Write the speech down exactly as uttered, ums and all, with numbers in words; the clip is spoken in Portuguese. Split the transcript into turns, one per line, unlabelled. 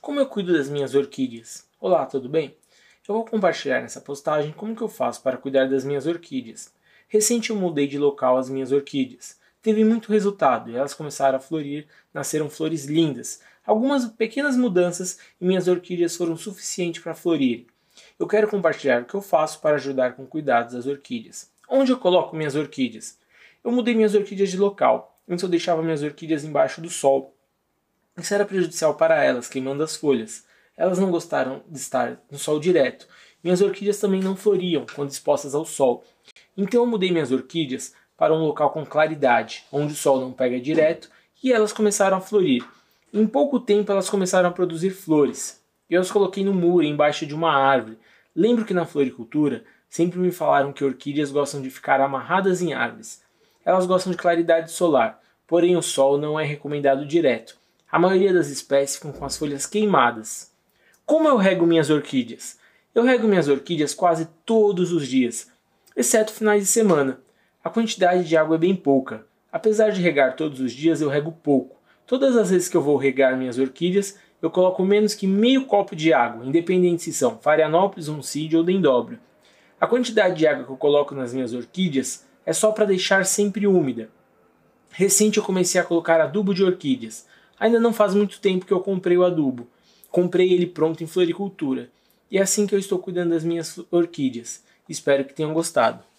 Como eu cuido das minhas orquídeas? Olá, tudo bem? Eu vou compartilhar nessa postagem como que eu faço para cuidar das minhas orquídeas. Recente eu mudei de local as minhas orquídeas. Teve muito resultado e elas começaram a florir, nasceram flores lindas. Algumas pequenas mudanças e minhas orquídeas foram suficientes para florir. Eu quero compartilhar o que eu faço para ajudar com cuidados das orquídeas. Onde eu coloco minhas orquídeas? Eu mudei minhas orquídeas de local. Antes eu deixava minhas orquídeas embaixo do sol. Isso era prejudicial para elas, queimando as folhas. Elas não gostaram de estar no sol direto. Minhas orquídeas também não floriam quando expostas ao sol. Então eu mudei minhas orquídeas para um local com claridade, onde o sol não pega direto, e elas começaram a florir. Em pouco tempo elas começaram a produzir flores. Eu as coloquei no muro, embaixo de uma árvore. Lembro que na floricultura sempre me falaram que orquídeas gostam de ficar amarradas em árvores. Elas gostam de claridade solar, porém o sol não é recomendado direto. A maioria das espécies ficam com as folhas queimadas. Como eu rego minhas orquídeas? Eu rego minhas orquídeas quase todos os dias, exceto finais de semana. A quantidade de água é bem pouca. Apesar de regar todos os dias, eu rego pouco. Todas as vezes que eu vou regar minhas orquídeas, eu coloco menos que meio copo de água, independente se são Pharianopsis, Oncídio ou Dendróbio. A quantidade de água que eu coloco nas minhas orquídeas é só para deixar sempre úmida. Recente eu comecei a colocar adubo de orquídeas. Ainda não faz muito tempo que eu comprei o adubo. Comprei ele pronto em floricultura. E é assim que eu estou cuidando das minhas orquídeas. Espero que tenham gostado.